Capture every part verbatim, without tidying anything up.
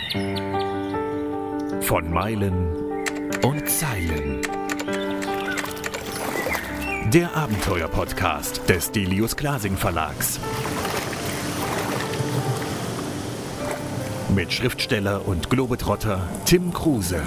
Von Meilen und Zeilen. Der Abenteuer-Podcast des Delius Glasing Verlags. Mit Schriftsteller und Globetrotter Tim Kruse.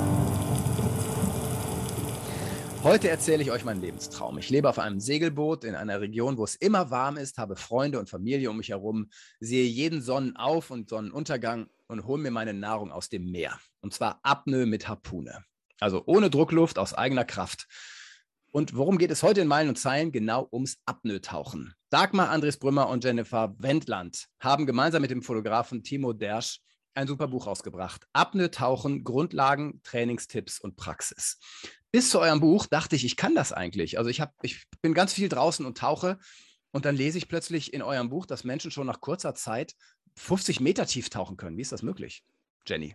Heute erzähle ich euch meinen Lebenstraum. Ich lebe auf einem Segelboot in einer Region, wo es immer warm ist, habe Freunde und Familie um mich herum, sehe jeden Sonnenauf- und Sonnenuntergang und hole mir meine Nahrung aus dem Meer. Und zwar Apnoe mit Harpune. Also ohne Druckluft, aus eigener Kraft. Und worum geht es heute in Meilen und Zeilen? Genau ums Apnoe-Tauchen. Dagmar Andres Brümmer und Jennifer Wendland haben gemeinsam mit dem Fotografen Timo Dersch ein super Buch rausgebracht. Apnoe-Tauchen, Grundlagen, Trainingstipps und Praxis. Bis zu eurem Buch dachte ich, ich kann das eigentlich. Also ich, hab, ich bin ganz viel draußen und tauche und dann lese ich plötzlich in eurem Buch, dass Menschen schon nach kurzer Zeit fünfzig Meter tief tauchen können. Wie ist das möglich, Jenny?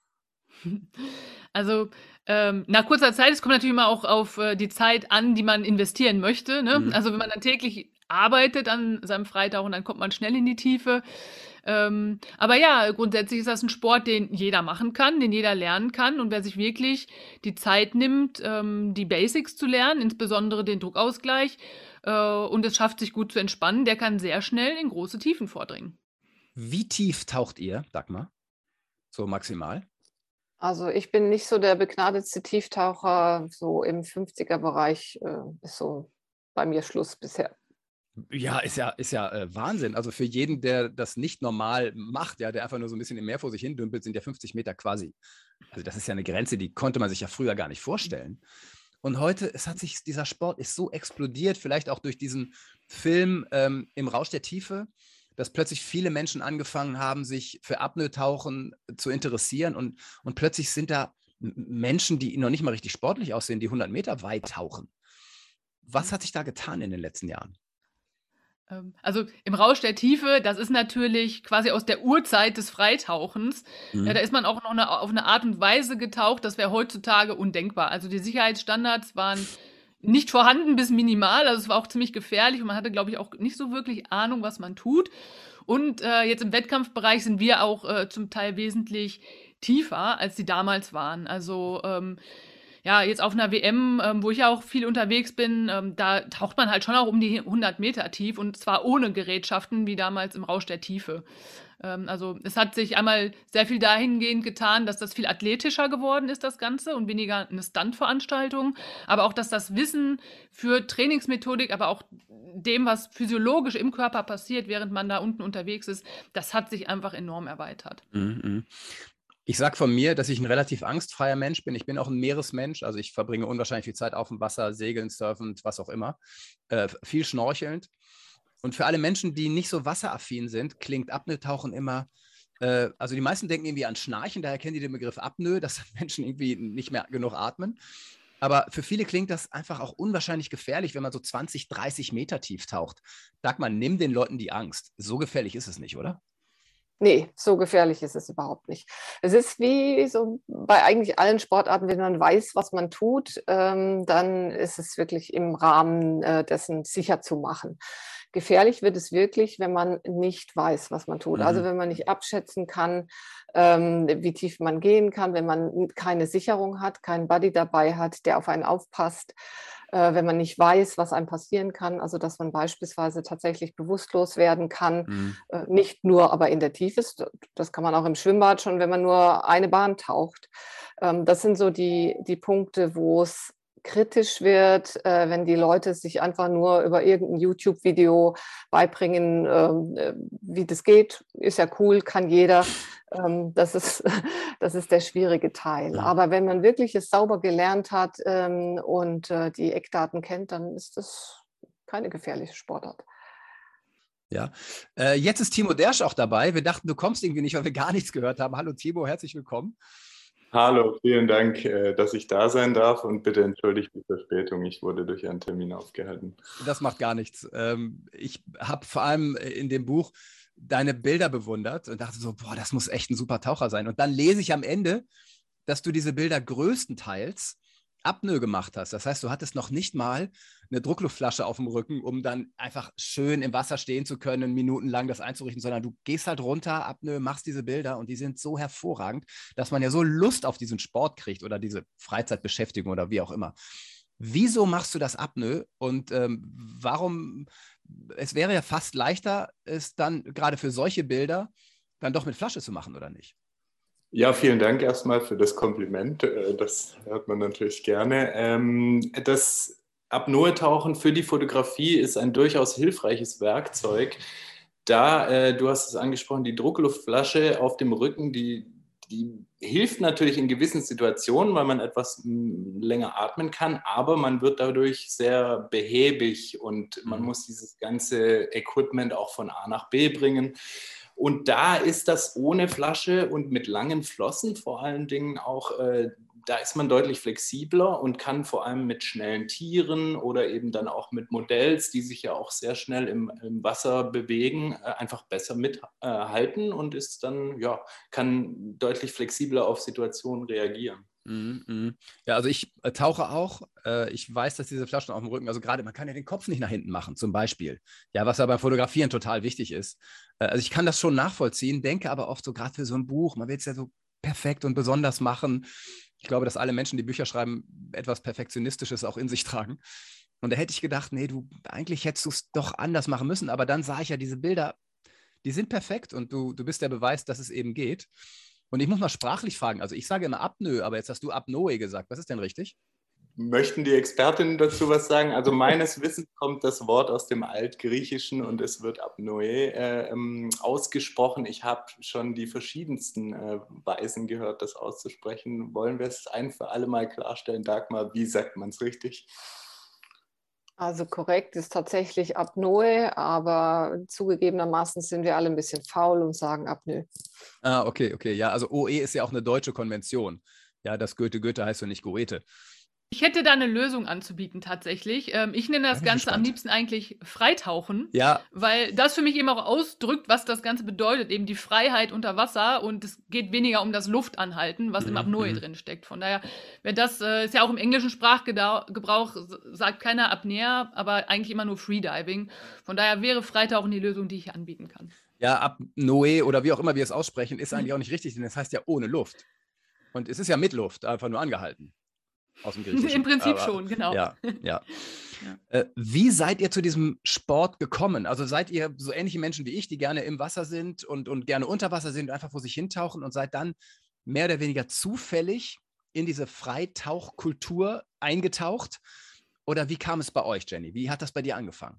Also ähm, nach kurzer Zeit, es kommt natürlich immer auch auf äh, die Zeit an, die man investieren möchte. Ne? Mhm. Also wenn man dann täglich arbeitet an seinem Freitauchen, dann kommt man schnell in die Tiefe. Ähm, aber ja, grundsätzlich ist das ein Sport, den jeder machen kann, den jeder lernen kann. Und wer sich wirklich die Zeit nimmt, ähm, die Basics zu lernen, insbesondere den Druckausgleich, äh, und es schafft, sich gut zu entspannen, der kann sehr schnell in große Tiefen vordringen. Wie tief taucht ihr, Dagmar? So maximal? Also ich bin nicht so der begnadetste Tieftaucher, so im fünfziger-Bereich äh, ist so bei mir Schluss bisher. Ja, ist ja, ist ja äh, Wahnsinn. Also für jeden, der das nicht normal macht, ja, der einfach nur so ein bisschen im Meer vor sich hin dümpelt, sind ja fünfzig Meter quasi. Also das ist ja eine Grenze, die konnte man sich ja früher gar nicht vorstellen. Und heute, es hat sich, dieser Sport ist so explodiert, vielleicht auch durch diesen Film ähm, Im Rausch der Tiefe, dass plötzlich viele Menschen angefangen haben, sich für Apnoe-Tauchen zu interessieren und, und plötzlich sind da Menschen, die noch nicht mal richtig sportlich aussehen, die hundert Meter weit tauchen. Was hat sich da getan in den letzten Jahren? Also im Rausch der Tiefe, das ist natürlich quasi aus der Urzeit des Freitauchens. Mhm. Ja, da ist man auch noch eine, auf eine Art und Weise getaucht, das wäre heutzutage undenkbar. Also die Sicherheitsstandards waren nicht vorhanden bis minimal, also es war auch ziemlich gefährlich und man hatte, glaube ich, auch nicht so wirklich Ahnung, was man tut. Und äh, jetzt im Wettkampfbereich sind wir auch äh, zum Teil wesentlich tiefer, als die damals waren. Also ähm, ja, jetzt auf einer W M, ähm, wo ich ja auch viel unterwegs bin, ähm, da taucht man halt schon auch um die hundert Meter tief und zwar ohne Gerätschaften, wie damals im Rausch der Tiefe. Ähm, also es hat sich einmal sehr viel dahingehend getan, dass das viel athletischer geworden ist, das Ganze, und weniger eine Stunt-Veranstaltung, aber auch, dass das Wissen für Trainingsmethodik, aber auch dem, was physiologisch im Körper passiert, während man da unten unterwegs ist, das hat sich einfach enorm erweitert. Mhm. Ich sage von mir, dass ich ein relativ angstfreier Mensch bin. Ich bin auch ein Meeresmensch, also ich verbringe unwahrscheinlich viel Zeit auf dem Wasser, segeln, surfend, was auch immer, äh, viel schnorchelnd. Und für alle Menschen, die nicht so wasseraffin sind, klingt Apnoe-Tauchen immer, äh, also die meisten denken irgendwie an Schnarchen, daher kennen die den Begriff Apnoe, dass Menschen irgendwie nicht mehr genug atmen. Aber für viele klingt das einfach auch unwahrscheinlich gefährlich, wenn man so zwanzig, dreißig Meter tief taucht. Dagmar, nimm den Leuten die Angst. So gefährlich ist es nicht, oder? Nee, so gefährlich ist es überhaupt nicht. Es ist wie so bei eigentlich allen Sportarten, wenn man weiß, was man tut, ähm, dann ist es wirklich im Rahmen äh, dessen sicher zu machen. Gefährlich wird es wirklich, wenn man nicht weiß, was man tut. Mhm. Also wenn man nicht abschätzen kann, ähm, wie tief man gehen kann, wenn man keine Sicherung hat, keinen Buddy dabei hat, der auf einen aufpasst. Wenn man nicht weiß, was einem passieren kann, also dass man beispielsweise tatsächlich bewusstlos werden kann, mhm. nicht nur aber in der Tiefe, das kann man auch im Schwimmbad schon, wenn man nur eine Bahn taucht. Das sind so die, die Punkte, wo es kritisch wird, äh, wenn die Leute sich einfach nur über irgendein YouTube-Video beibringen, äh, wie das geht, ist ja cool, kann jeder. Ähm, das ist, das ist der schwierige Teil. Ja. Aber wenn man wirklich es sauber gelernt hat ähm, und äh, die Eckdaten kennt, dann ist das keine gefährliche Sportart. Ja, äh, jetzt ist Timo Dersch auch dabei. Wir dachten, du kommst irgendwie nicht, weil wir gar nichts gehört haben. Hallo Timo, herzlich willkommen. Hallo, vielen Dank, dass ich da sein darf und bitte entschuldigt die Verspätung. Ich wurde durch einen Termin aufgehalten. Das macht gar nichts. Ich habe vor allem in dem Buch deine Bilder bewundert und dachte so, boah, das muss echt ein super Taucher sein. Und dann lese ich am Ende, dass du diese Bilder größtenteils Apnoe gemacht hast, das heißt, du hattest noch nicht mal eine Druckluftflasche auf dem Rücken, um dann einfach schön im Wasser stehen zu können, minutenlang das einzurichten, sondern du gehst halt runter, Apnoe, machst diese Bilder und die sind so hervorragend, dass man ja so Lust auf diesen Sport kriegt oder diese Freizeitbeschäftigung oder wie auch immer. Wieso machst du das Apnoe und ähm, warum, es wäre ja fast leichter, es dann gerade für solche Bilder dann doch mit Flasche zu machen, oder nicht? Ja, vielen Dank erstmal für das Kompliment. Das hört man natürlich gerne. Das Apnoe-Tauchen für die Fotografie ist ein durchaus hilfreiches Werkzeug. Da, du hast es angesprochen, die Druckluftflasche auf dem Rücken, die, die hilft natürlich in gewissen Situationen, weil man etwas länger atmen kann, aber man wird dadurch sehr behäbig und man muss dieses ganze Equipment auch von A nach B bringen. Und da ist das ohne Flasche und mit langen Flossen vor allen Dingen auch, äh, da ist man deutlich flexibler und kann vor allem mit schnellen Tieren oder eben dann auch mit Modells, die sich ja auch sehr schnell im, im Wasser bewegen, äh, einfach besser mithalten äh, und ist dann, ja, kann deutlich flexibler auf Situationen reagieren. Mm, mm. Ja, also ich äh, tauche auch. Äh, ich weiß, dass diese Flaschen auf dem Rücken, also gerade, man kann ja den Kopf nicht nach hinten machen, zum Beispiel. Ja, was ja beim Fotografieren total wichtig ist. Äh, also ich kann das schon nachvollziehen, denke aber oft so, gerade für so ein Buch, man will es ja so perfekt und besonders machen. Ich glaube, dass alle Menschen, die Bücher schreiben, etwas Perfektionistisches auch in sich tragen. Und da hätte ich gedacht, nee, du, eigentlich hättest du es doch anders machen müssen. Aber dann sah ich ja diese Bilder, die sind perfekt und du, du bist der Beweis, dass es eben geht. Und ich muss mal sprachlich fragen, also ich sage immer Apnoe, aber jetzt hast du Apnoe gesagt. Was ist denn richtig? Möchten die Expertinnen dazu was sagen? Also meines Wissens kommt das Wort aus dem Altgriechischen und es wird Apnoe äh, ähm, ausgesprochen. Ich habe schon die verschiedensten äh, Weisen gehört, das auszusprechen. Wollen wir es ein für alle Mal klarstellen? Dagmar, wie sagt man es richtig? Also korrekt ist tatsächlich Apnoe, aber zugegebenermaßen sind wir alle ein bisschen faul und sagen Apnoe. Ah, okay, okay. Ja, also O E ist ja auch eine deutsche Konvention. Ja, das Goethe Goethe heißt ja nicht Goethe. Ich hätte da eine Lösung anzubieten tatsächlich. Ähm, ich nenne das Ja, bin Ganze am gespannt. liebsten eigentlich Freitauchen, Ja, weil das für mich eben auch ausdrückt, was das Ganze bedeutet, eben die Freiheit unter Wasser und es geht weniger um das Luftanhalten, was im Mhm, Apnoe mhm. drin steckt. Von daher, wenn das äh, ist ja auch im englischen Sprachgebrauch, s- sagt keiner Apnea, aber eigentlich immer nur Freediving. Von daher wäre Freitauchen die Lösung, die ich hier anbieten kann. Ja, Apnoe oder wie auch immer wir es aussprechen, ist eigentlich Mhm. auch nicht richtig, denn es heißt ja ohne Luft. Und es ist ja mit Luft, einfach nur angehalten aus dem Im Griechischen. Prinzip Aber schon, genau. ja, ja. Ja. Äh, wie seid ihr zu diesem Sport gekommen? Also seid ihr so ähnliche Menschen wie ich, die gerne im Wasser sind und, und gerne unter Wasser sind, einfach vor sich hintauchen und seid dann mehr oder weniger zufällig in diese Freitauchkultur eingetaucht? Oder wie kam es bei euch, Jenny? Wie hat das bei dir angefangen?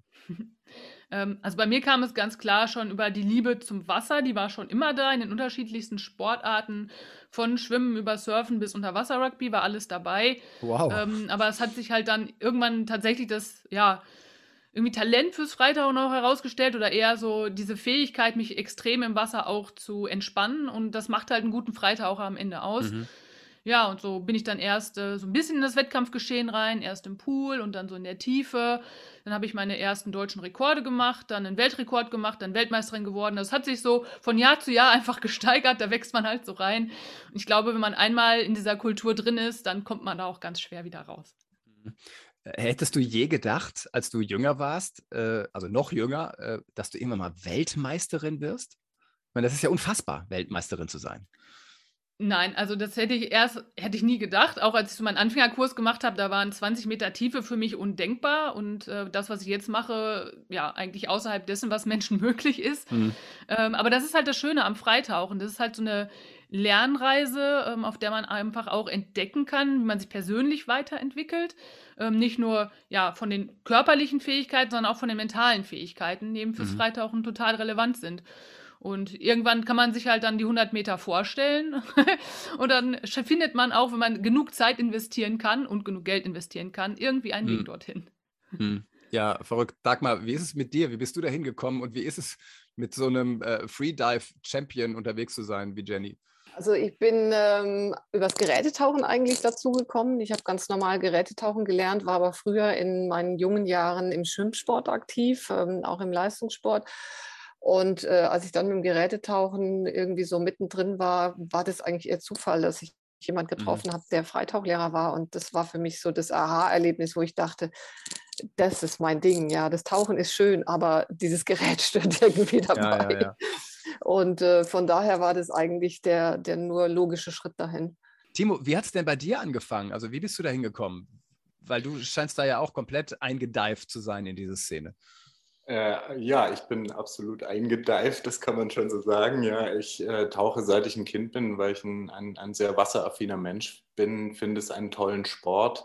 Ähm, also bei mir kam es ganz klar schon über die Liebe zum Wasser, die war schon immer da in den unterschiedlichsten Sportarten, von Schwimmen über Surfen bis Unterwasser-Rugby war alles dabei. Wow. Ähm, aber es hat sich halt dann irgendwann tatsächlich das, ja, irgendwie Talent fürs Freitauchen auch herausgestellt oder eher so diese Fähigkeit, mich extrem im Wasser auch zu entspannen und das macht halt einen guten Freitaucher am Ende aus. Mhm. Ja, und so bin ich dann erst äh, so ein bisschen in das Wettkampfgeschehen rein, erst im Pool und dann so in der Tiefe. Dann habe ich meine ersten deutschen Rekorde gemacht, dann einen Weltrekord gemacht, dann Weltmeisterin geworden. Das hat sich so von Jahr zu Jahr einfach gesteigert, da wächst man halt so rein. Und ich glaube, wenn man einmal in dieser Kultur drin ist, dann kommt man da auch ganz schwer wieder raus. Hättest du je gedacht, als du jünger warst, äh, also noch jünger, äh, dass du irgendwann mal Weltmeisterin wirst? Ich meine, das ist ja unfassbar, Weltmeisterin zu sein. Nein, also das hätte ich erst hätte ich nie gedacht. Auch als ich so meinen Anfängerkurs gemacht habe, da waren zwanzig Meter Tiefe für mich undenkbar. Und äh, das, was ich jetzt mache, ja, eigentlich außerhalb dessen, was Menschen möglich ist. Mhm. Ähm, aber das ist halt das Schöne am Freitauchen. Das ist halt so eine Lernreise, ähm, auf der man einfach auch entdecken kann, wie man sich persönlich weiterentwickelt. Ähm, nicht nur ja, von den körperlichen Fähigkeiten, sondern auch von den mentalen Fähigkeiten, die eben fürs Mhm. Freitauchen total relevant sind. Und irgendwann kann man sich halt dann die hundert Meter vorstellen. Und dann sch- findet man auch, wenn man genug Zeit investieren kann und genug Geld investieren kann, irgendwie einen Weg Mhm. dorthin. Mhm. Ja, verrückt. Dagmar, wie ist es mit dir? Wie bist du da hingekommen und wie ist es mit so einem äh, Freedive-Champion unterwegs zu sein wie Jenny? Also ich bin ähm, übers Gerätetauchen eigentlich dazu gekommen. Ich habe ganz normal Gerätetauchen gelernt, war aber früher in meinen jungen Jahren im Schwimmsport aktiv, ähm, auch im Leistungssport. Und äh, als ich dann mit dem Gerätetauchen irgendwie so mittendrin war, war das eigentlich eher Zufall, dass ich jemand Mhm. getroffen habe, der Freitauchlehrer war. Und das war für mich so das Aha-Erlebnis, wo ich dachte, das ist mein Ding. Ja, das Tauchen ist schön, aber dieses Gerät stört irgendwie Ja, ja, dabei. ja. Und äh, von daher war das eigentlich der, der nur logische Schritt dahin. Timo, wie hat es denn bei dir angefangen? Also wie bist du da hingekommen? Weil du scheinst da ja auch komplett eingedeift zu sein in diese Szene. Äh, ja, ich bin absolut eingedeift, das kann man schon so sagen. Ja, ich äh, tauche seit ich ein Kind bin, weil ich ein, ein, ein sehr wasseraffiner Mensch bin, finde es einen tollen Sport.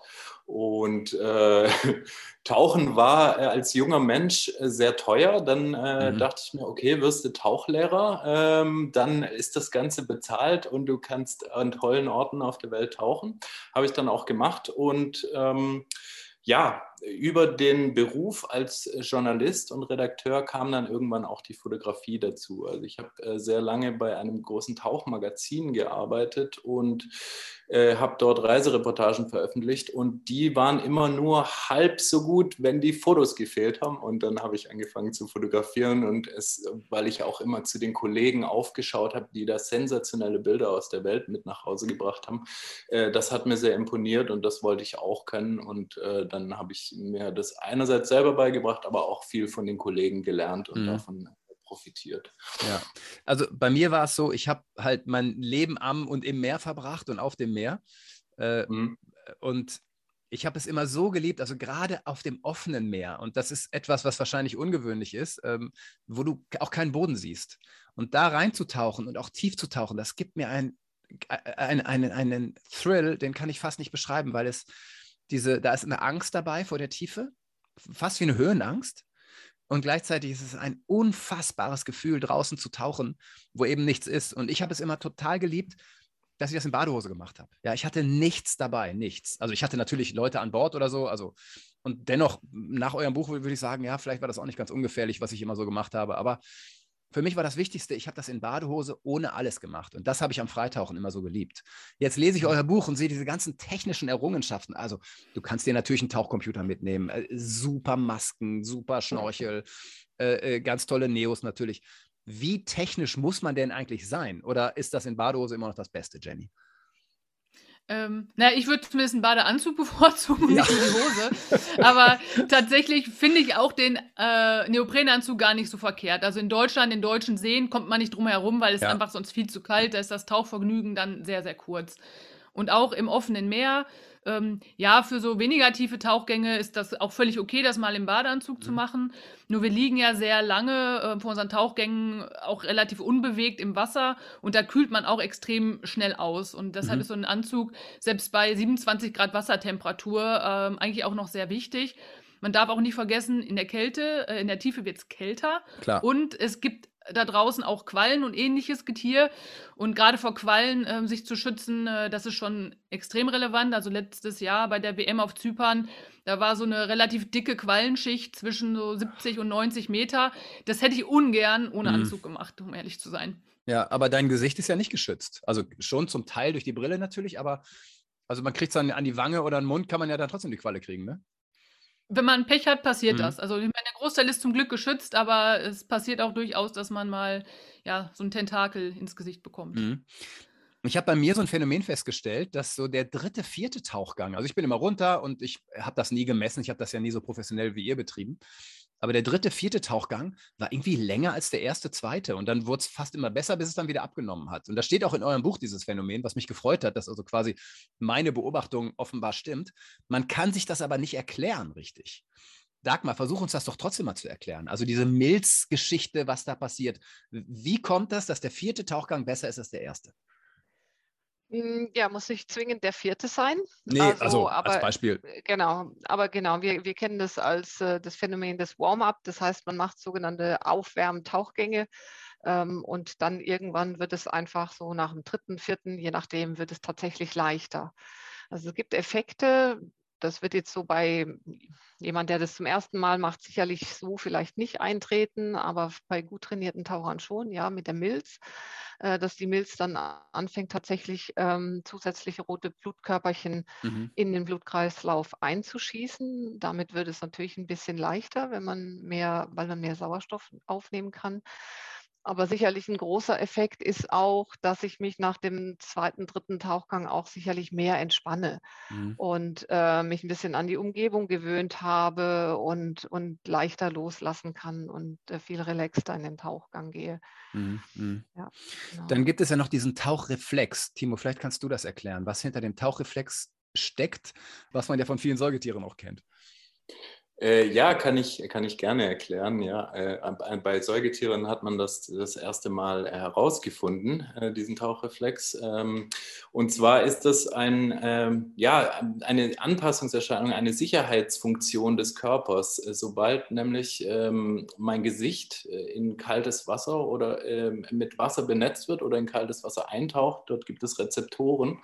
Und äh, Tauchen war äh, als junger Mensch äh, sehr teuer. Dann äh, Mhm. dachte ich mir, okay, wirst du Tauchlehrer, ähm, dann ist das Ganze bezahlt und du kannst an tollen Orten auf der Welt tauchen. Habe ich dann auch gemacht und ähm, ja, über den Beruf als Journalist und Redakteur kam dann irgendwann auch die Fotografie dazu. Also ich habe äh, sehr lange bei einem großen Tauchmagazin gearbeitet und äh, habe dort Reisereportagen veröffentlicht und die waren immer nur halb so gut, wenn die Fotos gefehlt haben. Und dann habe ich angefangen zu fotografieren und es, weil ich auch immer zu den Kollegen aufgeschaut habe, die da sensationelle Bilder aus der Welt mit nach Hause gebracht haben, äh, das hat mir sehr imponiert und das wollte ich auch können und äh, dann habe ich mir das einerseits selber beigebracht, aber auch viel von den Kollegen gelernt und Mhm. davon profitiert. Ja, also bei mir war es so, ich habe halt mein Leben am und im Meer verbracht und auf dem Meer. Äh, Mhm. und ich habe es immer so geliebt, also gerade auf dem offenen Meer. Und das ist etwas, was wahrscheinlich ungewöhnlich ist, ähm, wo du auch keinen Boden siehst. Und da reinzutauchen und auch tief zu tauchen, das gibt mir ein, ein, einen, einen Thrill, den kann ich fast nicht beschreiben, weil es diese, da ist eine Angst dabei vor der Tiefe, fast wie eine Höhenangst. Und gleichzeitig ist es ein unfassbares Gefühl, draußen zu tauchen, wo eben nichts ist. Und ich habe es immer total geliebt, dass ich das in Badehose gemacht habe. Ja, ich hatte nichts dabei, nichts. Also ich hatte natürlich Leute an Bord oder so, also und dennoch, nach eurem Buch würde ich sagen, ja, vielleicht war das auch nicht ganz ungefährlich, was ich immer so gemacht habe, aber für mich war das Wichtigste, ich habe das in Badehose ohne alles gemacht und das habe ich am Freitauchen immer so geliebt. Jetzt lese ich euer Buch und sehe diese ganzen technischen Errungenschaften. Also du kannst dir natürlich einen Tauchcomputer mitnehmen, äh, super Masken, super Schnorchel, äh, äh, ganz tolle Neos natürlich. Wie technisch muss man denn eigentlich sein? Oder ist das in Badehose immer noch das Beste, Jenny? Ähm, na, ich würde zumindest einen Badeanzug bevorzugen und Ja. nicht nur die Hose. Aber tatsächlich finde ich auch den äh, Neoprenanzug gar nicht so verkehrt. Also in Deutschland, in deutschen Seen kommt man nicht drum herum, weil es Ja. einfach sonst viel zu kalt ist. Da ist das Tauchvergnügen dann sehr, sehr kurz. Und auch im offenen Meer, ähm, ja, für so weniger tiefe Tauchgänge ist das auch völlig okay, das mal im Badeanzug Mhm. zu machen. Nur wir liegen ja sehr lange äh, vor unseren Tauchgängen auch relativ unbewegt im Wasser und da kühlt man auch extrem schnell aus. Und deshalb Mhm. ist so ein Anzug selbst bei siebenundzwanzig Grad Wassertemperatur ähm, eigentlich auch noch sehr wichtig. Man darf auch nicht vergessen, in der Kälte, äh, in der Tiefe wird es kälter Klar. und es gibt da draußen auch Quallen und ähnliches Getier. Und gerade vor Quallen ähm, sich zu schützen, äh, das ist schon extrem relevant. Also letztes Jahr bei der W M auf Zypern, da war so eine relativ dicke Quallenschicht zwischen so siebzig und neunzig Meter. Das hätte ich ungern ohne Mhm. Anzug gemacht, um ehrlich zu sein. Ja, aber dein Gesicht ist ja nicht geschützt. Also schon zum Teil durch die Brille natürlich, aber also man kriegt es dann an die Wange oder an den Mund, kann man ja dann trotzdem die Qualle kriegen, ne? Wenn man Pech hat, passiert Mhm. das. Also, ich meine, der Großteil ist zum Glück geschützt, aber es passiert auch durchaus, dass man mal, ja, so 'n Tentakel ins Gesicht bekommt. Mhm. Ich habe bei mir so ein Phänomen festgestellt, dass so der dritte, vierte Tauchgang, also ich bin immer runter und ich habe das nie gemessen, ich habe das ja nie so professionell wie ihr betrieben, aber der dritte, vierte Tauchgang war irgendwie länger als der erste, zweite und dann wurde es fast immer besser, bis es dann wieder abgenommen hat. Und da steht auch in eurem Buch dieses Phänomen, was mich gefreut hat, dass also quasi meine Beobachtung offenbar stimmt. Man kann sich das aber nicht erklären richtig. Dagmar, versuch uns das doch trotzdem mal zu erklären. Also diese Milz-Geschichte, was da passiert. Wie kommt das, dass der vierte Tauchgang besser ist als der erste? Hm, ja, muss nicht zwingend der vierte sein. Nee, Also, also als aber Beispiel. äh, genau, aber genau, wir, wir kennen das als äh, das Phänomen des Warm-up. Das heißt, man macht sogenannte Aufwärm-Tauchgänge ähm, und dann irgendwann wird es einfach so nach dem dritten, vierten, je nachdem, wird es tatsächlich leichter. Also es gibt Effekte, das wird jetzt so bei jemand, der das zum ersten Mal macht, sicherlich so vielleicht nicht eintreten, aber bei gut trainierten Tauchern schon, ja, mit der Milz, äh, dass die Milz dann a- anfängt, tatsächlich ähm, zusätzliche rote Blutkörperchen Mhm. in den Blutkreislauf einzuschießen. Damit wird es natürlich ein bisschen leichter, wenn man mehr, weil man mehr Sauerstoff aufnehmen kann. Aber sicherlich ein großer Effekt ist auch, dass ich mich nach dem zweiten, dritten Tauchgang auch sicherlich mehr entspanne Mhm. und, äh, mich ein bisschen an die Umgebung gewöhnt habe und und leichter loslassen kann und, äh, viel relaxter in den Tauchgang gehe. Mhm. Mhm. Ja, Dann genau. gibt es ja noch diesen Tauchreflex. Timo, vielleicht kannst du das erklären, was hinter dem Tauchreflex steckt, was man ja von vielen Säugetieren auch kennt. Äh, ja, kann ich, kann ich gerne erklären. Ja. Äh, bei Säugetieren hat man das das erste Mal herausgefunden, äh, diesen Tauchreflex. Ähm, und zwar ist das ein, ähm, ja, eine Anpassungserscheinung, eine Sicherheitsfunktion des Körpers. Äh, sobald nämlich ähm, mein Gesicht äh, in kaltes Wasser oder ähm, mit Wasser benetzt wird oder in kaltes Wasser eintaucht, dort gibt es Rezeptoren.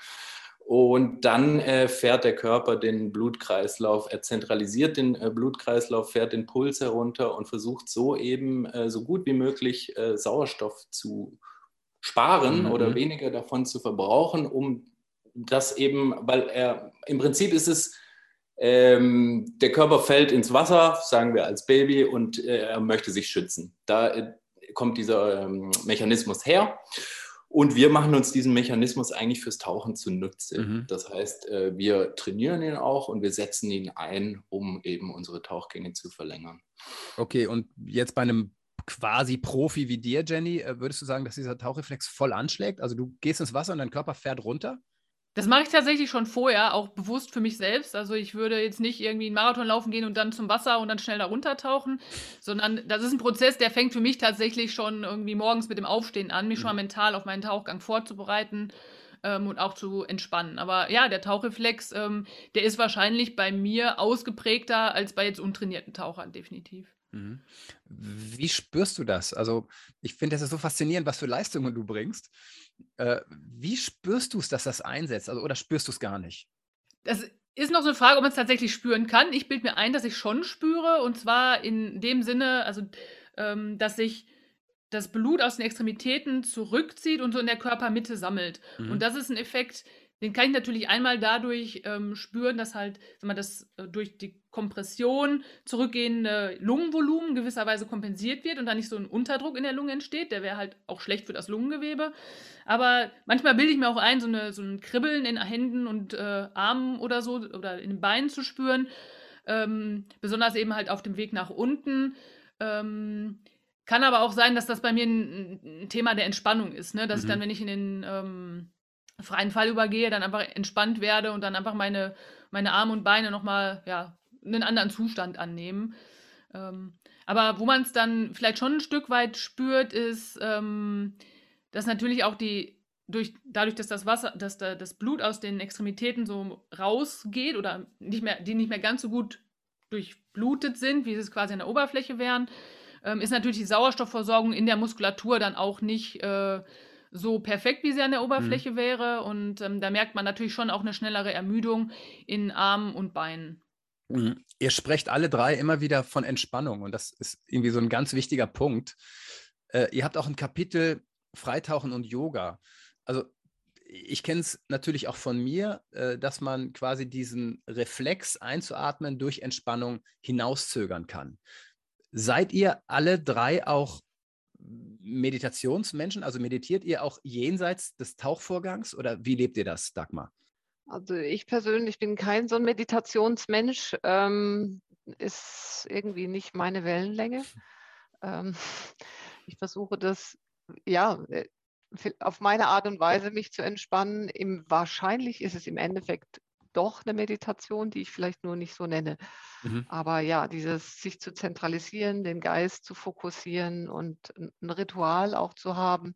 Und dann äh, fährt der Körper den Blutkreislauf, er zentralisiert den äh, Blutkreislauf, fährt den Puls herunter und versucht so eben äh, so gut wie möglich äh, Sauerstoff zu sparen oder Mhm. weniger davon zu verbrauchen, um das eben, weil er im Prinzip ist es, ähm, der Körper fällt ins Wasser, sagen wir als Baby, und äh, er möchte sich schützen. Da äh, kommt dieser ähm, Mechanismus her. Und wir machen uns diesen Mechanismus eigentlich fürs Tauchen zunutze. Mhm. Das heißt, äh, wir trainieren ihn auch und wir setzen ihn ein, um eben unsere Tauchgänge zu verlängern. Okay, und jetzt bei einem quasi Profi wie dir, Jenny, äh, würdest du sagen, dass dieser Tauchreflex voll anschlägt? Also du gehst ins Wasser und dein Körper fährt runter? Das mache ich tatsächlich schon vorher, auch bewusst für mich selbst. Also, ich würde jetzt nicht irgendwie 'n Marathon laufen gehen und dann zum Wasser und dann schnell da runtertauchen, sondern das ist ein Prozess, der fängt für mich tatsächlich schon irgendwie morgens mit dem Aufstehen an, mich schon mal Mhm. mental auf meinen Tauchgang vorzubereiten, ähm, und auch zu entspannen. Aber ja, der Tauchreflex, ähm, der ist wahrscheinlich bei mir ausgeprägter als bei jetzt untrainierten Tauchern, definitiv. Mhm. Wie spürst du das? Also ich finde, das ist so faszinierend, was für Leistungen du bringst. Äh, wie spürst du es, dass das einsetzt? Also, oder spürst du es gar nicht? Das ist noch so 'ne Frage, ob man's tatsächlich spüren kann. Ich bilde mir ein, dass ich schon spüre, und zwar in dem Sinne, also, ähm, dass sich das Blut aus den Extremitäten zurückzieht und so in der Körpermitte sammelt. Und Mhm. das ist 'n Effekt, den kann ich natürlich einmal dadurch, ähm, spüren, dass halt, sage mal, das, äh, durch die Kompression zurückgehende Lungenvolumen gewisserweise kompensiert wird und da nicht so 'n Unterdruck in der Lunge entsteht. Der wäre halt auch schlecht für das Lungengewebe. Aber manchmal bilde ich mir auch ein, so 'ne so 'n Kribbeln in Händen und, äh, Armen oder so oder in den Beinen zu spüren, ähm, besonders eben halt auf dem Weg nach unten. Ähm, kann aber auch sein, dass das bei mir 'n 'n 'n Thema der Entspannung ist, ne? Dass ich dann, Mhm. wenn ich in den, ähm, freien Fall übergehe, dann einfach entspannt werde und dann einfach meine meine Arme und Beine noch mal, ja, 'nen anderen Zustand annehmen. Ähm, aber wo man's dann vielleicht schon 'n Stück weit spürt, ist, ähm, dass natürlich auch die durch dadurch, dass das Wasser dass da das Blut aus den Extremitäten so rausgeht oder nicht mehr die nicht mehr ganz so gut durchblutet sind, wie sie's quasi an der Oberfläche wären, ähm, ist natürlich die Sauerstoffversorgung in der Muskulatur dann auch nicht, äh, so perfekt, wie sie an der Mhm. Oberfläche wäre. Und, ähm, da merkt man natürlich schon auch 'ne schnellere Ermüdung in Armen und Beinen. Mhm. Ihr sprecht alle drei immer wieder von Entspannung und das ist irgendwie so ein ganz wichtiger Punkt. Äh, ihr habt auch ein Kapitel Freitauchen und Yoga. Also, ich kenne es natürlich auch von mir, äh, dass man quasi diesen Reflex einzuatmen durch Entspannung hinauszögern kann. Seid ihr alle drei auch Meditationsmenschen? Also, meditiert ihr auch jenseits des Tauchvorgangs oder wie lebt ihr das, Dagmar? Also, ich persönlich bin kein so 'n Meditationsmensch, ähm, ist irgendwie nicht meine Wellenlänge. Ähm, ich versuche das, ja, äh, vi auf meine Art und Weise mich zu entspannen. Im wahrscheinlich ist es im Endeffekt doch 'ne Meditation, die ich vielleicht nur nicht so nenne. Mhm. Aber ja, dieses sich zu zentralisieren, den Geist zu fokussieren und 'n 'n Ritual auch zu haben,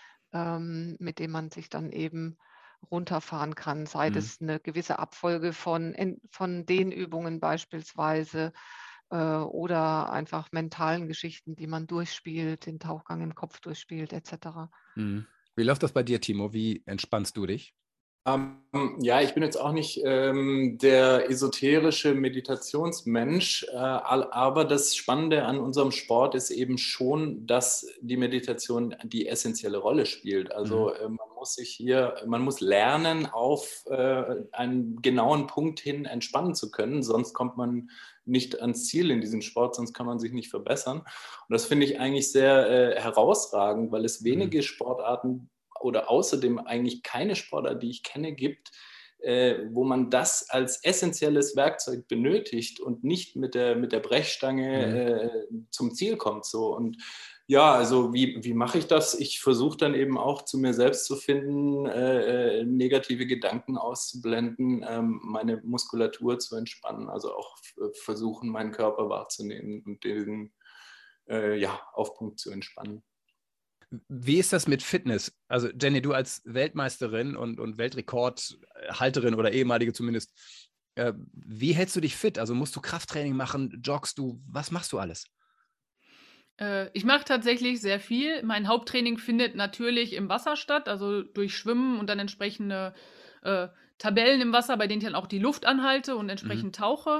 ähm, mit dem man sich dann eben runterfahren kann, sei Mhm. das 'ne gewisse Abfolge von en von Dehnübungen beispielsweise, äh, oder einfach mentalen Geschichten, die man durchspielt, den Tauchgang im Kopf durchspielt et cetera. Mhm. Wie läuft das bei dir, Timo? Wie entspannst du dich? Ähm, ja, ich bin jetzt auch nicht ähm, der esoterische Meditationsmensch, äh, aber das Spannende an unserem Sport ist eben schon, dass die Meditation die essentielle Rolle spielt. Also äh, man muss sich hier, man muss lernen, auf äh, einen genauen Punkt hin entspannen zu können, sonst kommt man nicht ans Ziel in diesem Sport, sonst kann man sich nicht verbessern. Und das finde ich eigentlich sehr äh, herausragend, weil es wenige Sportarten oder außerdem eigentlich keine Sportart, die ich kenne, gibt, äh, wo man das als essentielles Werkzeug benötigt und nicht mit der, mit der Brechstange Mhm. äh, zum Ziel kommt. So. Und ja, also wie, wie mache ich das? Ich versuche dann eben auch zu mir selbst zu finden, äh, negative Gedanken auszublenden, ähm, meine Muskulatur zu entspannen, also auch f- versuchen, meinen Körper wahrzunehmen und den äh, ja, auf Punkt zu entspannen. Wie ist das mit Fitness? Also Jenny, du als Weltmeisterin und, und Weltrekordhalterin oder ehemalige zumindest, äh, wie hältst du dich fit? Also musst du Krafttraining machen, joggst du, was machst du alles? Äh, ich mache tatsächlich sehr viel. Mein Haupttraining findet natürlich im Wasser statt, also durch Schwimmen und dann entsprechende äh, Tabellen im Wasser, bei denen ich dann auch die Luft anhalte und entsprechend tauche.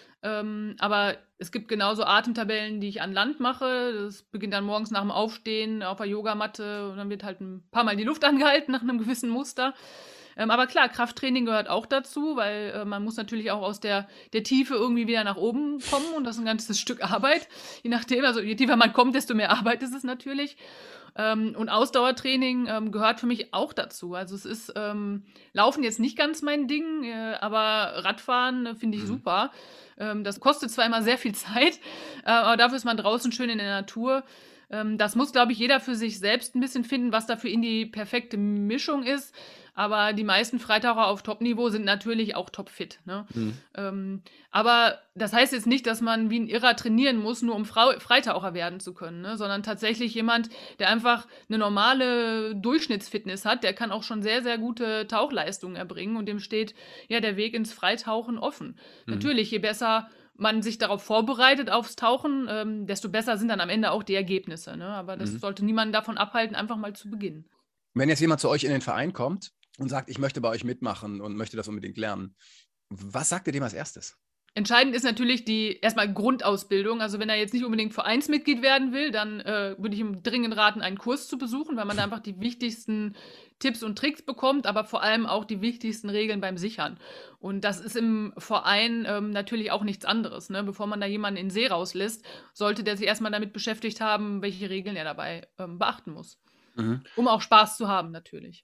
Ähm, aber es gibt genauso Atemtabellen, die ich an Land mache. Das beginnt dann morgens nach dem Aufstehen auf der Yogamatte und dann wird halt ein paar Mal die Luft angehalten nach einem gewissen Muster. Ähm, aber klar, Krafttraining gehört auch dazu, weil äh, man muss natürlich auch aus der, der Tiefe irgendwie wieder nach oben kommen und das ist ein ganzes Stück Arbeit. Je nachdem, also je tiefer man kommt, desto mehr Arbeit ist es natürlich. Ähm, und Ausdauertraining ähm, gehört für mich auch dazu. Also es ist ähm, Laufen jetzt nicht ganz mein Ding, äh, aber Radfahren äh, finde ich Mhm. super. Ähm, das kostet zwar immer sehr viel Zeit, äh, aber dafür ist man draußen schön in der Natur. Ähm, das muss, glaube ich, jeder für sich selbst ein bisschen finden, was da für ihn die perfekte Mischung ist. Aber die meisten Freitaucher auf Top-Niveau sind natürlich auch topfit. Ne? Mhm. Ähm, aber das heißt jetzt nicht, dass man wie ein Irrer trainieren muss, nur um Frau Freitaucher werden zu können, ne? Sondern tatsächlich jemand, der einfach eine normale Durchschnittsfitness hat, der kann auch schon sehr, sehr gute Tauchleistungen erbringen und dem steht ja der Weg ins Freitauchen offen. Mhm. Natürlich, je besser man sich darauf vorbereitet aufs Tauchen, ähm, desto besser sind dann am Ende auch die Ergebnisse. Ne? Aber das Mhm. sollte niemanden davon abhalten, einfach mal zu beginnen. Wenn jetzt jemand zu euch in den Verein kommt und sagt, ich möchte bei euch mitmachen und möchte das unbedingt lernen, was sagt ihr dem als erstes? Entscheidend ist natürlich die erstmal Grundausbildung. Also wenn er jetzt nicht unbedingt Vereinsmitglied werden will, dann äh, würde ich ihm dringend raten, einen Kurs zu besuchen, weil man da einfach die wichtigsten Tipps und Tricks bekommt, aber vor allem auch die wichtigsten Regeln beim Sichern. Und das ist im Verein ähm, natürlich auch nichts anderes. Ne? Bevor man da jemanden in den See rauslässt, sollte der sich erstmal damit beschäftigt haben, welche Regeln er dabei ähm, beachten muss. Mhm. Um auch Spaß zu haben, natürlich.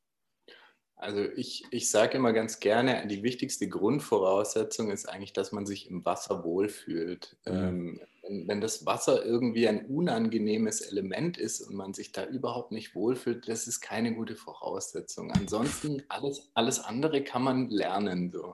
Also ich, ich sage immer ganz gerne, die wichtigste Grundvoraussetzung ist eigentlich, dass man sich im Wasser wohlfühlt. Mhm. Ähm, wenn, wenn das Wasser irgendwie ein unangenehmes Element ist und man sich da überhaupt nicht wohlfühlt, das ist keine gute Voraussetzung. Ansonsten alles, alles andere kann man lernen. So.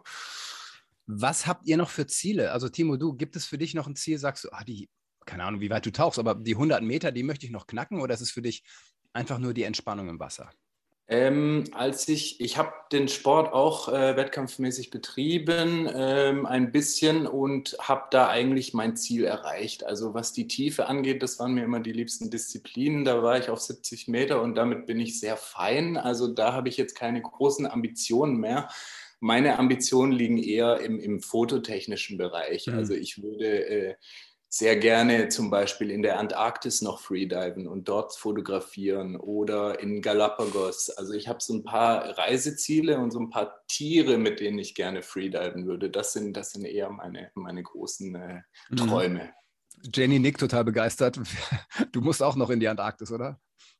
Was habt ihr noch für Ziele? Also Timo, du, gibt es für dich noch ein Ziel, sagst du, ah, die, keine Ahnung, wie weit du tauchst, aber die hundert Meter, die möchte ich noch knacken oder ist es für dich einfach nur die Entspannung im Wasser? Ähm, als ich, ich habe den Sport auch äh, wettkampfmäßig betrieben, ähm, ein bisschen und habe da eigentlich mein Ziel erreicht. Also was die Tiefe angeht, das waren mir immer die liebsten Disziplinen. Da war ich auf siebzig Meter und damit bin ich sehr fein. Also da habe ich jetzt keine großen Ambitionen mehr. Meine Ambitionen liegen eher im, im fototechnischen Bereich. Mhm. Also ich würde äh, sehr gerne zum Beispiel in der Antarktis noch freediven und dort fotografieren oder in Galapagos. Also ich habe so ein paar Reiseziele und so ein paar Tiere, mit denen ich gerne freediven würde. Das sind, das sind eher meine, meine großen äh, Träume. Mhm. Jenny nickt total begeistert. Du musst auch noch in die Antarktis, oder?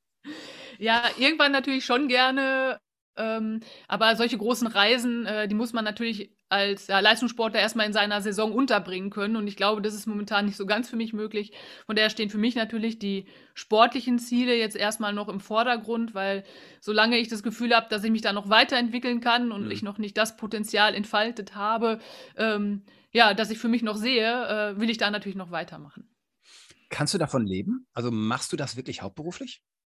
Ja, irgendwann natürlich schon gerne. Ähm, aber solche großen Reisen, äh, die muss man natürlich als ja, Leistungssportler erstmal in seiner Saison unterbringen können. Und ich glaube, das ist momentan nicht so ganz für mich möglich. Von daher stehen für mich natürlich die sportlichen Ziele jetzt erstmal noch im Vordergrund, weil solange ich das Gefühl habe, dass ich mich da noch weiterentwickeln kann und Mhm. ich noch nicht das Potenzial entfaltet habe, ähm, ja, das ich für mich noch sehe, äh, will ich da natürlich noch weitermachen. Kannst du davon leben? Also machst du das wirklich hauptberuflich?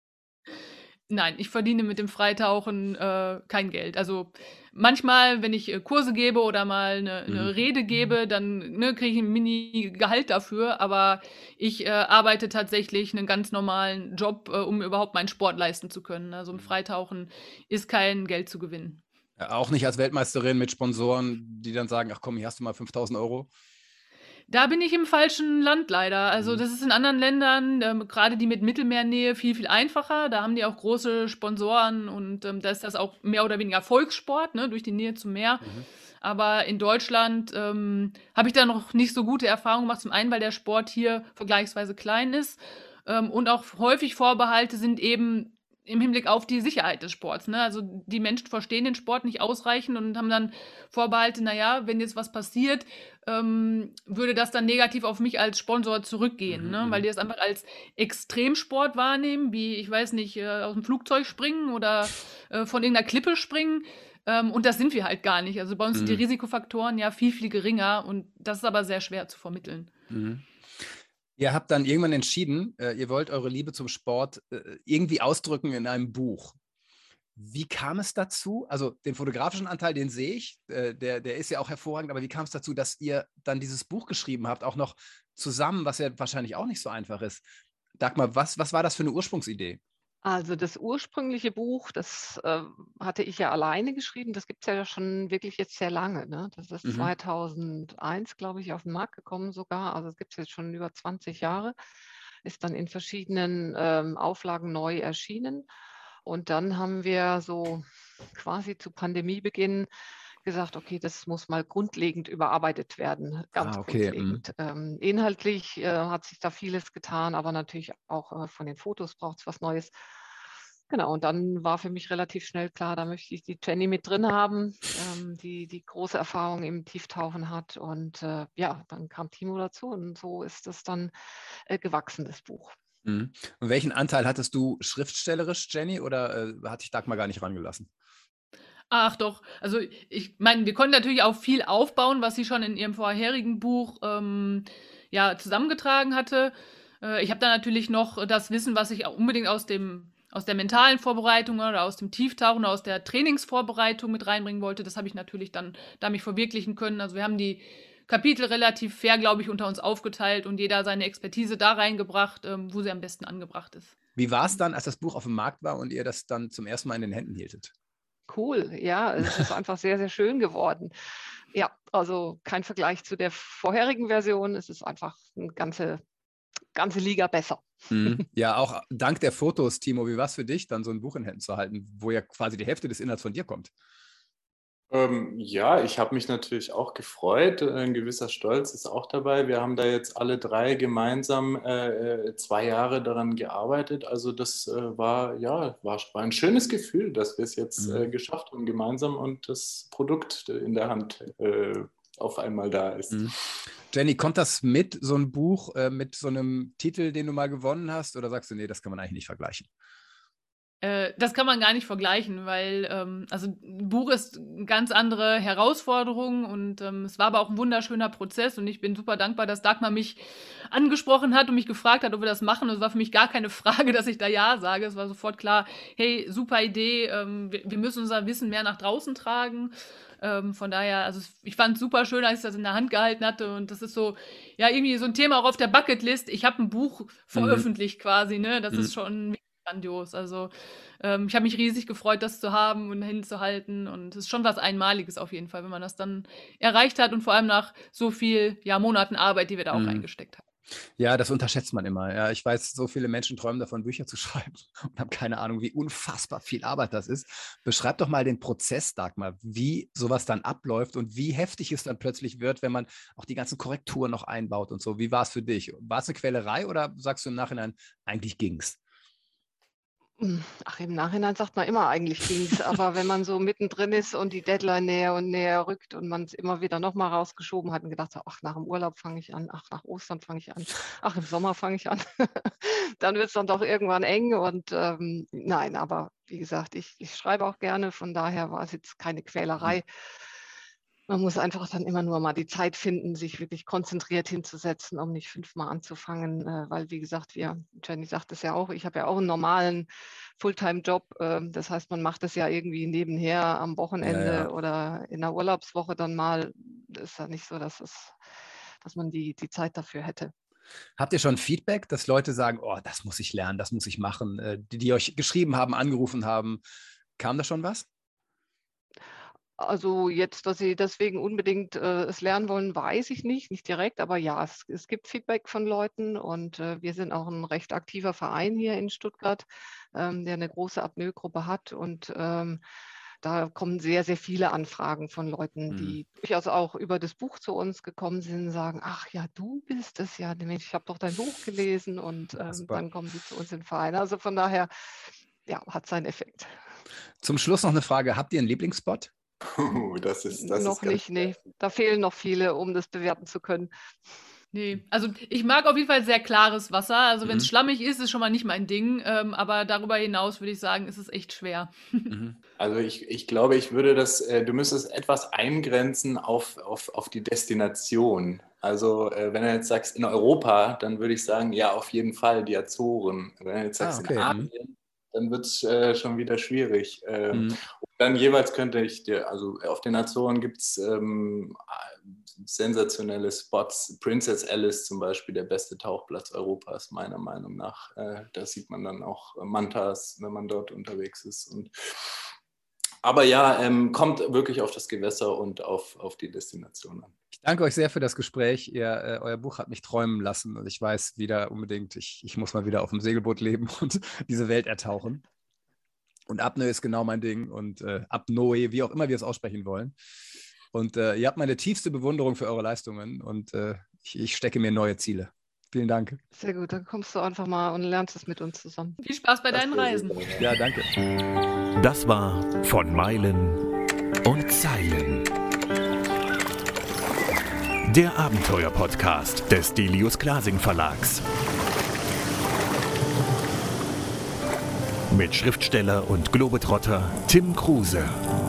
Nein, ich verdiene mit dem Freitauchen äh, kein Geld. Also manchmal, wenn ich äh, Kurse gebe oder mal eine Mhm. ne Rede gebe, dann ne, kriege ich ein Mini-Gehalt dafür. Aber ich äh, arbeite tatsächlich einen ganz normalen Job, äh, um überhaupt meinen Sport leisten zu können. Also im Freitauchen ist kein Geld zu gewinnen. Ja, auch nicht als Weltmeisterin mit Sponsoren, die dann sagen, ach komm, hier hast du mal fünftausend Euro. Da bin ich im falschen Land leider. Also Mhm. das ist in anderen Ländern, ähm, gerade die mit Mittelmeernähe, viel, viel einfacher. Da haben die auch große Sponsoren und ähm, da ist das auch mehr oder weniger Volkssport, ne, durch die Nähe zum Meer. Mhm. Aber in Deutschland ähm, habe ich da noch nicht so gute Erfahrungen gemacht. Zum einen, weil der Sport hier vergleichsweise klein ist ähm, und auch häufig Vorbehalte sind eben im Hinblick auf die Sicherheit des Sports. Ne? Also die Menschen verstehen den Sport nicht ausreichend und haben dann Vorbehalte, naja, wenn jetzt was passiert, ähm, würde das dann negativ auf mich als Sponsor zurückgehen, Mhm, ne? Weil mhm. die das einfach als Extremsport wahrnehmen, wie, ich weiß nicht, äh, aus dem Flugzeug springen oder äh, von irgendeiner Klippe springen. Ähm, und das sind wir halt gar nicht. Also bei uns sind die Mhm. Risikofaktoren ja viel, viel geringer und das ist aber sehr schwer zu vermitteln. Mhm. Ihr habt dann irgendwann entschieden, äh, ihr wollt eure Liebe zum Sport äh, irgendwie ausdrücken in einem Buch. Wie kam es dazu? Also den fotografischen Anteil, den sehe ich, äh, der, der ist ja auch hervorragend, aber wie kam es dazu, dass ihr dann dieses Buch geschrieben habt, auch noch zusammen, was ja wahrscheinlich auch nicht so einfach ist? Dagmar, was, was war das für eine Ursprungsidee? Also das ursprüngliche Buch, das äh, hatte ich ja alleine geschrieben. Das gibt es ja schon wirklich jetzt sehr lange. Ne? Das ist Mhm. zweitausendeins, glaube ich, auf den Markt gekommen sogar. Also es gibt es jetzt schon über zwanzig Jahre. Ist dann in verschiedenen ähm, Auflagen neu erschienen. Und dann haben wir so quasi zu Pandemiebeginn gesagt, okay, das muss mal grundlegend überarbeitet werden, ganz Ah, okay. Mhm. grundlegend. Ähm, inhaltlich äh, hat sich da vieles getan, aber natürlich auch äh, von den Fotos braucht es was Neues. Genau, und dann war für mich relativ schnell klar, da möchte ich die Jenny mit drin haben, ähm, die, die große Erfahrung im Tieftauchen hat. Und äh, ja, dann kam Timo dazu und so ist es dann äh, gewachsen, das Buch. Mhm. Und welchen Anteil hattest du schriftstellerisch, Jenny, oder äh, hat dich Dagmar gar nicht rangelassen? Ach doch, also ich meine, wir konnten natürlich auch viel aufbauen, was sie schon in ihrem vorherigen Buch ähm, ja, zusammengetragen hatte. Äh, ich habe da natürlich noch das Wissen, was ich auch unbedingt aus dem aus der mentalen Vorbereitung oder aus dem Tieftauchen oder aus der Trainingsvorbereitung mit reinbringen wollte. Das habe ich natürlich dann da mich verwirklichen können. Also wir haben die Kapitel relativ fair, glaube ich, unter uns aufgeteilt und jeder seine Expertise da reingebracht, ähm, wo sie am besten angebracht ist. Wie war es dann, als das Buch auf dem Markt war und ihr das dann zum ersten Mal in den Händen hieltet? Cool, ja, es ist einfach sehr, sehr schön geworden. Ja, also kein Vergleich zu der vorherigen Version. Es ist einfach eine ganze, ganze Liga besser. Mhm. Ja, auch dank der Fotos, Timo, wie war es für dich, dann so ein Buch in Händen zu halten, wo ja quasi die Hälfte des Inhalts von dir kommt? Ähm, ja, ich habe mich natürlich auch gefreut. Ein gewisser Stolz ist auch dabei. Wir haben da jetzt alle drei gemeinsam äh, zwei Jahre daran gearbeitet. Also das äh, war, ja, war, war ein schönes Gefühl, dass wir es jetzt Mhm. äh, geschafft haben gemeinsam und das Produkt in der Hand äh, auf einmal da ist. Mhm. Jenny, kommt das mit, so ein Buch, äh, mit so einem Titel, den du mal gewonnen hast? Oder sagst du, nee, das kann man eigentlich nicht vergleichen? Äh, das kann man gar nicht vergleichen, weil ähm, also ein Buch ist eine ganz andere Herausforderung und ähm, es war aber auch ein wunderschöner Prozess und ich bin super dankbar, dass Dagmar mich angesprochen hat und mich gefragt hat, ob wir das machen. Und es war für mich gar keine Frage, dass ich da ja sage. Es war sofort klar, hey, super Idee, ähm, wir, wir müssen unser Wissen mehr nach draußen tragen. Ähm, von daher, also ich fand es super schön, als ich das in der Hand gehalten hatte und das ist so, ja, irgendwie so ein Thema auch auf der Bucketlist. Ich habe ein Buch veröffentlicht quasi, ne? Das Mhm. ist schon grandios. Also ähm, ich habe mich riesig gefreut, das zu haben und hinzuhalten. Und es ist schon was Einmaliges auf jeden Fall, wenn man das dann erreicht hat und vor allem nach so viel ja, Monaten Arbeit, die wir da auch Mhm. reingesteckt haben. Ja, das unterschätzt man immer. Ja, ich weiß, so viele Menschen träumen davon, Bücher zu schreiben und haben keine Ahnung, wie unfassbar viel Arbeit das ist. Beschreib doch mal den Prozess, Dagmar, wie sowas dann abläuft und wie heftig es dann plötzlich wird, wenn man auch die ganzen Korrekturen noch einbaut und so. Wie war es für dich? War es eine Quälerei oder sagst du im Nachhinein, eigentlich ging's? Ach, im Nachhinein sagt man immer, eigentlich ging's. Aber wenn man so mittendrin ist und die Deadline näher und näher rückt und man es immer wieder nochmal rausgeschoben hat und gedacht hat, ach, nach dem Urlaub fange ich an, ach, nach Ostern fange ich an, ach, im Sommer fange ich an, dann wird es dann doch irgendwann eng. Und ähm, nein, aber wie gesagt, ich, ich schreibe auch gerne, von daher war es jetzt keine Quälerei. Man muss einfach dann immer nur mal die Zeit finden, sich wirklich konzentriert hinzusetzen, um nicht fünfmal anzufangen, äh, weil, wie gesagt, wir, Jenny sagt es ja auch, ich habe ja auch einen normalen Fulltime-Job. Äh, das heißt, man macht es ja irgendwie nebenher am Wochenende Ja, ja. oder in der Urlaubswoche dann mal. Das ist ja nicht so, dass, es, dass man die, die Zeit dafür hätte. Habt ihr schon Feedback, dass Leute sagen, oh, das muss ich lernen, das muss ich machen, äh, die, die euch geschrieben haben, angerufen haben? Kam da schon was? Also jetzt, dass sie deswegen unbedingt äh, es lernen wollen, weiß ich nicht, nicht direkt, aber ja, es, es gibt Feedback von Leuten und äh, wir sind auch ein recht aktiver Verein hier in Stuttgart, ähm, der eine große Apnoe-Gruppe hat und ähm, da kommen sehr, sehr viele Anfragen von Leuten, die mhm. durchaus auch über das Buch zu uns gekommen sind und sagen, ach ja, du bist es ja, Mensch, ich habe doch dein Buch gelesen und ähm, dann kommen sie zu uns in den Verein. Also von daher, ja, hat seinen Effekt. Zum Schluss noch eine Frage, habt ihr einen Lieblingsspot? Uh, das ist, das noch ist nicht, nee. Da fehlen noch viele, um das bewerten zu können. Nee, also ich mag auf jeden Fall sehr klares Wasser. Also wenn es Mhm. schlammig ist, ist schon mal nicht mein Ding. Ähm, aber darüber hinaus würde ich sagen, ist es echt schwer. Mhm. Also ich, ich glaube, ich würde das, äh, du müsstest etwas eingrenzen auf, auf, auf die Destination. Also äh, wenn du jetzt sagst in Europa, dann würde ich sagen, ja, auf jeden Fall die Azoren. Wenn du jetzt sagst Ah, okay. in Asien, dann wird es äh, schon wieder schwierig. Ähm, Mhm. und dann jeweils könnte ich dir, also auf den Azoren gibt es ähm, sensationelle Spots. Princess Alice zum Beispiel, der beste Tauchplatz Europas, meiner Meinung nach. Äh, da sieht man dann auch Mantas, wenn man dort unterwegs ist. Und, aber ja, ähm, kommt wirklich auf das Gewässer und auf, auf die Destination an. Ich danke euch sehr für das Gespräch. Ihr, äh, euer Buch hat mich träumen lassen und ich weiß wieder unbedingt, ich, ich muss mal wieder auf dem Segelboot leben und diese Welt ertauchen. Und Apnoe ist genau mein Ding und äh, Apnoe, wie auch immer wir es aussprechen wollen. Und äh, ihr habt meine tiefste Bewunderung für eure Leistungen und äh, ich, ich stecke mir neue Ziele. Vielen Dank. Sehr gut, dann kommst du einfach mal und lernst es mit uns zusammen. Viel Spaß bei Das deinen wäre Reisen. super. Ja, danke. Das war von Meilen und Zeilen. Der Abenteuer-Podcast des Delius Glasing Verlags. Mit Schriftsteller und Globetrotter Tim Kruse.